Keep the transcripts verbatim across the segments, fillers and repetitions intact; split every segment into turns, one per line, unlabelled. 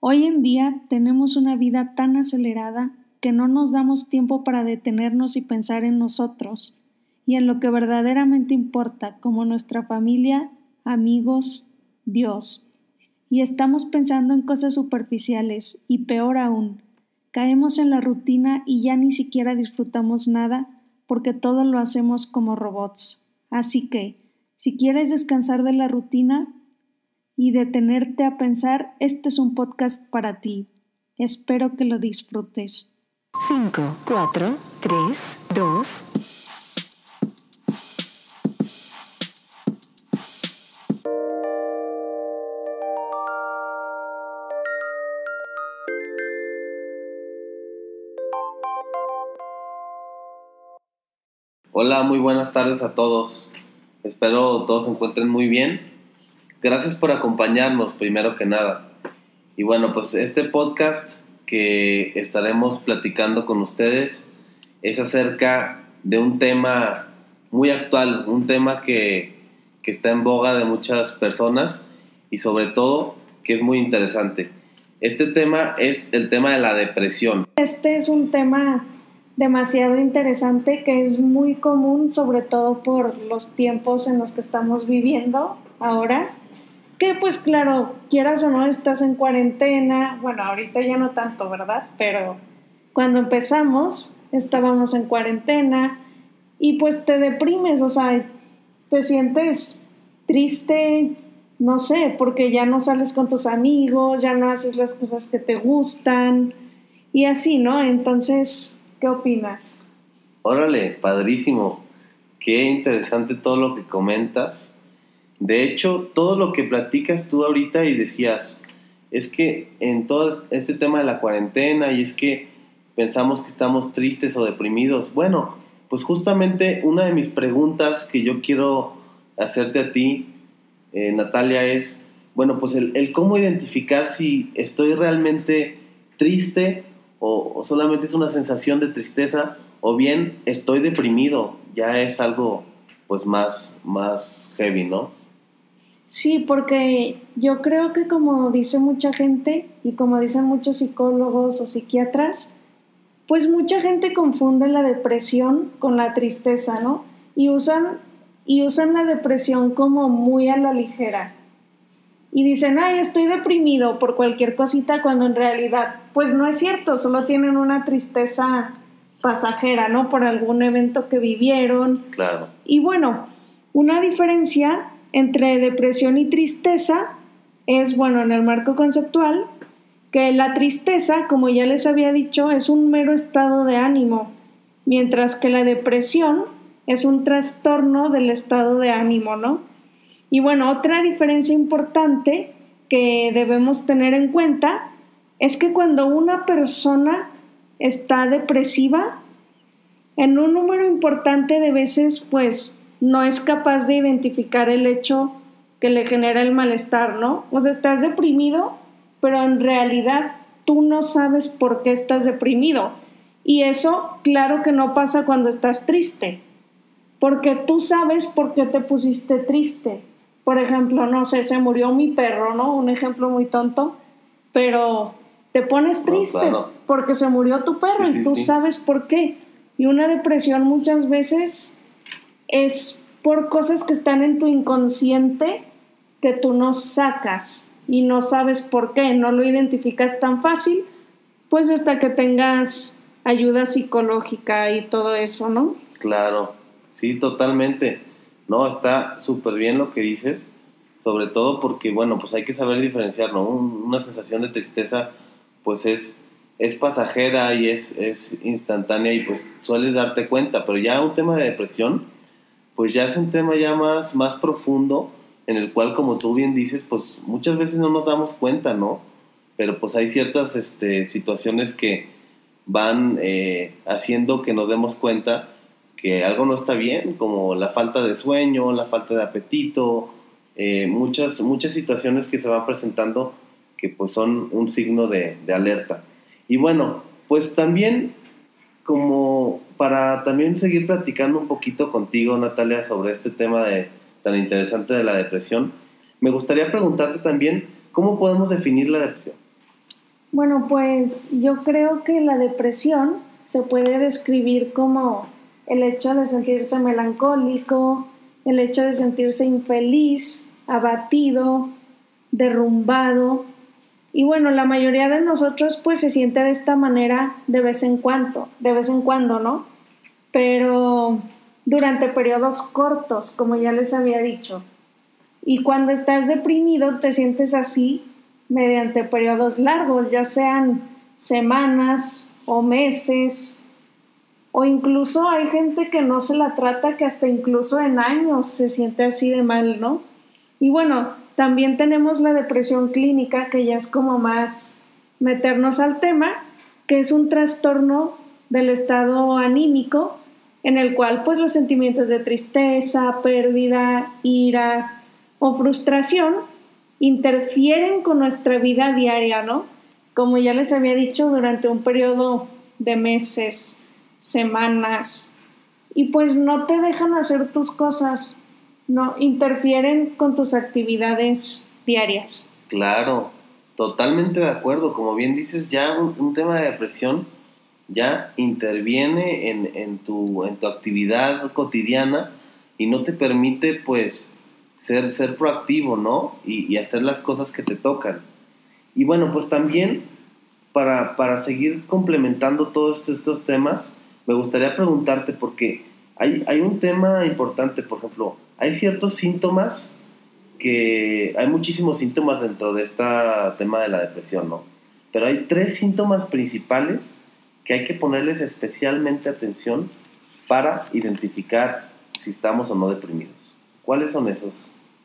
Hoy en día tenemos una vida tan acelerada que no nos damos tiempo para detenernos y pensar en nosotros y en lo que verdaderamente importa, como nuestra familia, amigos, Dios. Y estamos pensando en cosas superficiales y peor aún, caemos en la rutina y ya ni siquiera disfrutamos nada porque todo lo hacemos como robots. Así que, si quieres descansar de la rutina y detenerte a pensar, este es un podcast para ti. Espero que lo disfrutes.
cinco, cuatro, tres, dos.
Hola, muy buenas tardes a todos. Espero todos se encuentren muy bien. Gracias por acompañarnos, primero que nada. Y bueno, pues este podcast que estaremos platicando con ustedes es acerca de un tema muy actual, un tema que, que está en boga de muchas personas y sobre todo que es muy interesante. Este tema es el tema de la depresión.
Este es un tema demasiado interesante que es muy común, sobre todo por los tiempos en los que estamos viviendo ahora, que pues claro, quieras o no, estás en cuarentena. Bueno, ahorita ya no tanto, ¿verdad? Pero cuando empezamos estábamos en cuarentena y pues te deprimes, o sea, te sientes triste, no sé, porque ya no sales con tus amigos, ya no haces las cosas que te gustan y así, ¿no? Entonces, ¿qué opinas?
Órale, padrísimo. Qué interesante todo lo que comentas. De hecho, todo lo que platicas tú ahorita y decías, es que en todo este tema de la cuarentena y es que pensamos que estamos tristes o deprimidos. Bueno, pues justamente una de mis preguntas que yo quiero hacerte a ti, eh, Natalia, es, bueno, pues el, el cómo identificar si estoy realmente triste o, o solamente es una sensación de tristeza o bien estoy deprimido. Ya es algo pues más, más heavy, ¿no?
Sí, porque yo creo que como dice mucha gente y como dicen muchos psicólogos o psiquiatras, pues mucha gente confunde la depresión con la tristeza, ¿no? Y usan, y usan la depresión como muy a la ligera. Y dicen, ay, estoy deprimido por cualquier cosita, cuando en realidad, pues no es cierto, solo tienen una tristeza pasajera, ¿no? Por algún evento que vivieron.
Claro.
Y bueno, una diferencia entre depresión y tristeza es, bueno, en el marco conceptual, que la tristeza, como ya les había dicho, es un mero estado de ánimo, mientras que la depresión es un trastorno del estado de ánimo, ¿no? Y bueno, otra diferencia importante que debemos tener en cuenta es que cuando una persona está depresiva, en un número importante de veces, pues, no es capaz de identificar el hecho que le genera el malestar, ¿no? O sea, estás deprimido, pero en realidad tú no sabes por qué estás deprimido. Y eso, claro que no pasa cuando estás triste, porque tú sabes por qué te pusiste triste. Por ejemplo, no sé, se murió mi perro, ¿no? Un ejemplo muy tonto, pero te pones triste
No, claro.
porque se murió tu perro
Sí,
y
sí,
tú
sí.
sabes por qué. Y una depresión muchas veces es por cosas que están en tu inconsciente que tú no sacas y no sabes por qué, no lo identificas tan fácil, pues hasta que tengas ayuda psicológica y todo eso, ¿no?
Claro, sí, totalmente. No, está súper bien lo que dices, sobre todo porque, bueno, pues hay que saber diferenciar, ¿no? Un- una sensación de tristeza, pues es, es pasajera y es, es instantánea y pues sueles darte cuenta, pero ya un tema de depresión, pues ya es un tema ya más, más profundo, en el cual, como tú bien dices, pues muchas veces no nos damos cuenta, ¿no? Pero pues hay ciertas este, situaciones que van eh, haciendo que nos demos cuenta que algo no está bien, como la falta de sueño, la falta de apetito, eh, muchas, muchas situaciones que se van presentando que pues son un signo de, de alerta. Y bueno, pues también como para también seguir platicando un poquito contigo, Natalia, sobre este tema de, tan interesante de la depresión, me gustaría preguntarte también, ¿cómo podemos definir la depresión?
Bueno, pues yo creo que la depresión se puede describir como el hecho de sentirse melancólico, el hecho de sentirse infeliz, abatido, derrumbado. Y bueno, la mayoría de nosotros pues se siente de esta manera de vez en cuando, de vez en cuando, ¿no? Pero durante periodos cortos, como ya les había dicho. Y cuando estás deprimido te sientes así mediante periodos largos, ya sean semanas o meses, o incluso hay gente que no se la trata, que hasta incluso en años se siente así de mal, ¿no? Y bueno, también tenemos la depresión clínica, que ya es como más meternos al tema, que es un trastorno del estado anímico, en el cual pues los sentimientos de tristeza, pérdida, ira o frustración interfieren con nuestra vida diaria, ¿no? Como ya les había dicho, durante un periodo de meses, semanas, y pues no te dejan hacer tus cosas, no interfieren con tus actividades diarias.
Claro, totalmente de acuerdo. Como bien dices, ya un, un tema de depresión ya interviene en, en, tu, en tu actividad cotidiana y no te permite, pues, ser, ser proactivo, ¿no? Y, y hacer las cosas que te tocan. Y bueno, pues también, para, para seguir complementando todos estos temas, me gustaría preguntarte, porque hay, hay un tema importante, por ejemplo, hay ciertos síntomas que hay muchísimos síntomas dentro de este tema de la depresión, ¿no? Pero hay tres síntomas principales que hay que ponerles especialmente atención para identificar si estamos o no deprimidos. ¿Cuáles son esos?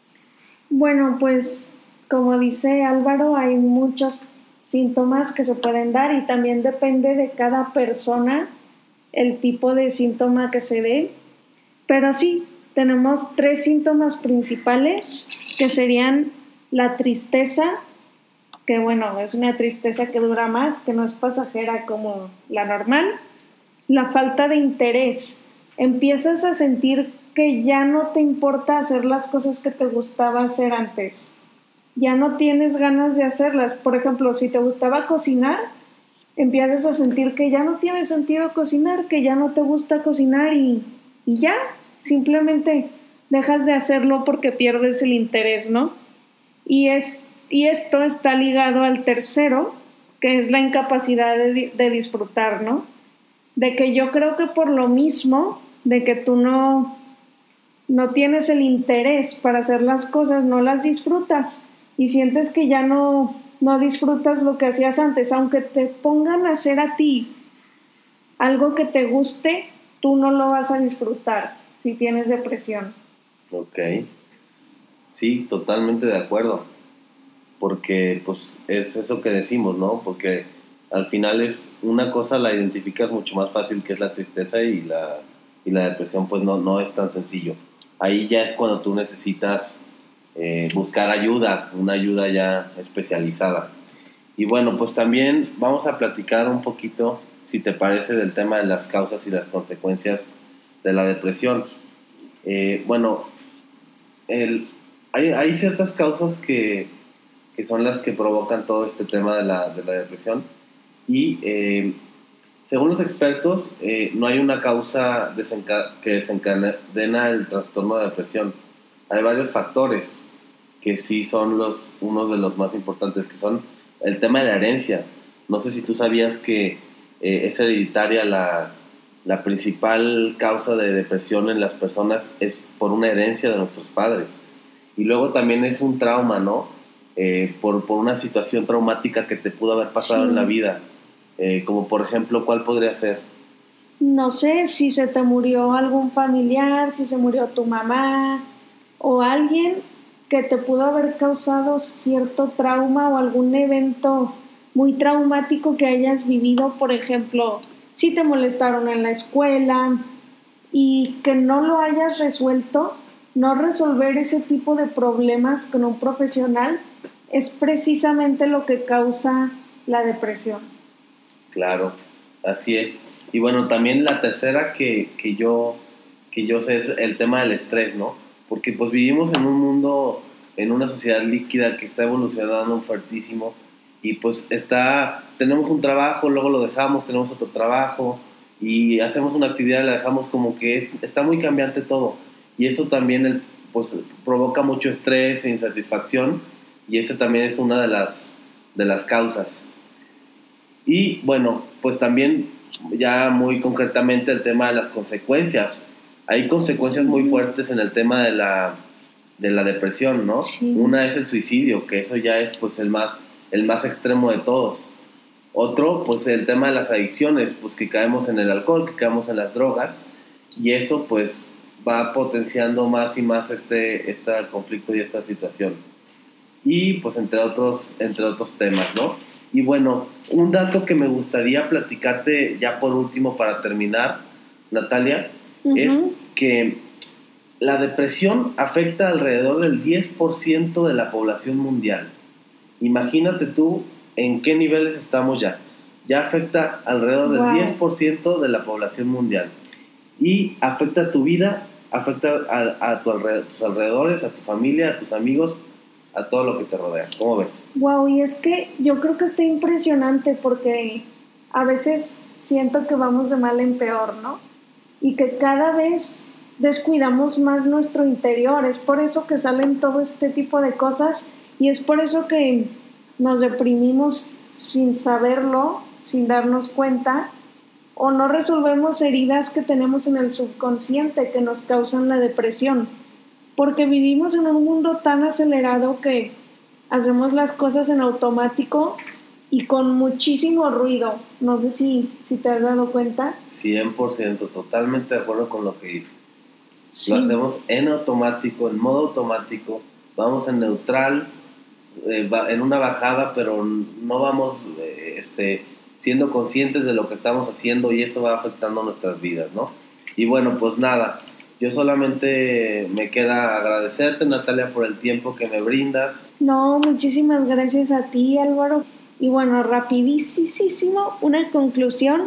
Bueno, pues como dice Álvaro, hay muchos síntomas que se pueden dar y también depende de cada persona el tipo de síntoma que se dé. Pero sí, tenemos tres síntomas principales que serían la tristeza, que bueno, es una tristeza que dura más, que no es pasajera como la normal. La falta de interés. Empiezas a sentir que ya no te importa hacer las cosas que te gustaba hacer antes. Ya no tienes ganas de hacerlas. Por ejemplo, si te gustaba cocinar, empiezas a sentir que ya no tiene sentido cocinar, que ya no te gusta cocinar y, y ya, simplemente dejas de hacerlo porque pierdes el interés, ¿no? Y, es, y esto está ligado al tercero, que es la incapacidad de, de disfrutar, ¿no? De que yo creo que por lo mismo, de que tú no, no tienes el interés para hacer las cosas, no las disfrutas y sientes que ya no, no disfrutas lo que hacías antes, aunque te pongan a hacer a ti algo que te guste, tú no lo vas a disfrutar si tienes depresión.
Ok, sí, totalmente de acuerdo, porque pues es eso que decimos, ¿no? Porque al final es una cosa, la identificas mucho más fácil, que es la tristeza, y la, y la depresión pues no, no es tan sencillo. Ahí ya es cuando tú necesitas eh, buscar ayuda, una ayuda ya especializada. Y bueno, pues también vamos a platicar un poquito, si te parece, del tema de las causas y las consecuencias de la depresión. Eh, bueno, el, hay, hay ciertas causas que, que son las que provocan todo este tema de la, de la depresión, y eh, según los expertos eh, no hay una causa desenca- que desencadena el trastorno de depresión. Hay varios factores que sí son los, unos de los más importantes, que son el tema de la herencia. No sé si tú sabías que eh, es hereditaria la, la principal causa de depresión en las personas, es por una herencia de nuestros padres. Y luego también es un trauma, ¿no? Eh, por, por una situación traumática que te pudo haber pasado sí. en la vida. Eh, como por ejemplo, ¿cuál podría ser?
No sé, si se te murió algún familiar, si se murió tu mamá o alguien que te pudo haber causado cierto trauma o algún evento muy traumático que hayas vivido. Por ejemplo, si te molestaron en la escuela y que no lo hayas resuelto, no resolver ese tipo de problemas con un profesional es precisamente lo que causa la depresión.
Claro, así es. Y bueno, también la tercera que, que, yo, que yo sé es el tema del estrés, ¿no? Porque pues vivimos en un mundo, en una sociedad líquida que está evolucionando fuertísimo, y pues está, tenemos un trabajo, luego lo dejamos, tenemos otro trabajo y hacemos una actividad y la dejamos, como que es, está muy cambiante todo, y eso también el, pues, provoca mucho estrés e insatisfacción, y esa también es una de las, de las causas. Y bueno, pues también ya muy concretamente el tema de las consecuencias. Hay consecuencias muy fuertes en el tema de la, de la depresión, ¿no?
Sí.
Una es el suicidio, que eso ya es pues el más, el más extremo de todos. Otro, pues el tema de las adicciones, pues que caemos en el alcohol, que caemos en las drogas, y eso pues va potenciando más y más este, este conflicto y esta situación. Y pues entre otros, entre otros temas, ¿no? Y bueno, un dato que me gustaría platicarte ya por último para terminar, Natalia, uh-huh. es que la depresión afecta alrededor del diez por ciento de la población mundial. Imagínate tú en qué niveles estamos ya. Ya afecta alrededor del wow. diez por ciento de la población mundial. Y afecta a tu vida, afecta a, a, tu alrededor, a tus alrededores, a tu familia, a tus amigos, a todo lo que te rodea. ¿Cómo ves?
Wow, y es que yo creo que está impresionante porque a veces siento que vamos de mal en peor, ¿no? Y que cada vez descuidamos más nuestro interior. Es por eso que salen todo este tipo de cosas y es por eso que nos deprimimos sin saberlo, sin darnos cuenta, o no resolvemos heridas que tenemos en el subconsciente que nos causan la depresión. Porque vivimos en un mundo tan acelerado que hacemos las cosas en automático y con muchísimo ruido. No sé si, si te has dado cuenta.
cien por ciento, totalmente de acuerdo con lo que dices. Sí. Lo hacemos en automático, en modo automático, vamos en neutral, eh, en una bajada, pero no vamos eh, este, siendo conscientes de lo que estamos haciendo y eso va afectando nuestras vidas, ¿no? Y bueno, pues nada. Yo solamente me queda agradecerte, Natalia, por el tiempo que me brindas.
No, muchísimas gracias a ti, Álvaro. Y bueno, rapidísimo, una conclusión,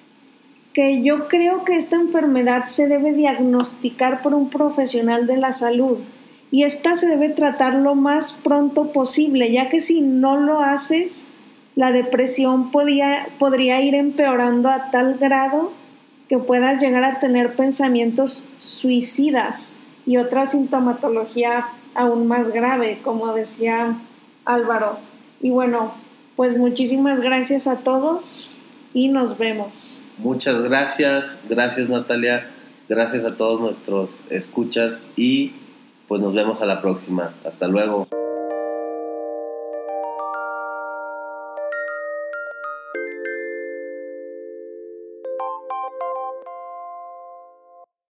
que yo creo que esta enfermedad se debe diagnosticar por un profesional de la salud y esta se debe tratar lo más pronto posible, ya que si no lo haces, la depresión podría, podría ir empeorando a tal grado que puedas llegar a tener pensamientos suicidas y otra sintomatología aún más grave, como decía Álvaro. Y bueno, pues muchísimas gracias a todos y nos vemos.
Muchas gracias, gracias Natalia, gracias a todos nuestros escuchas y pues nos vemos a la próxima. Hasta luego.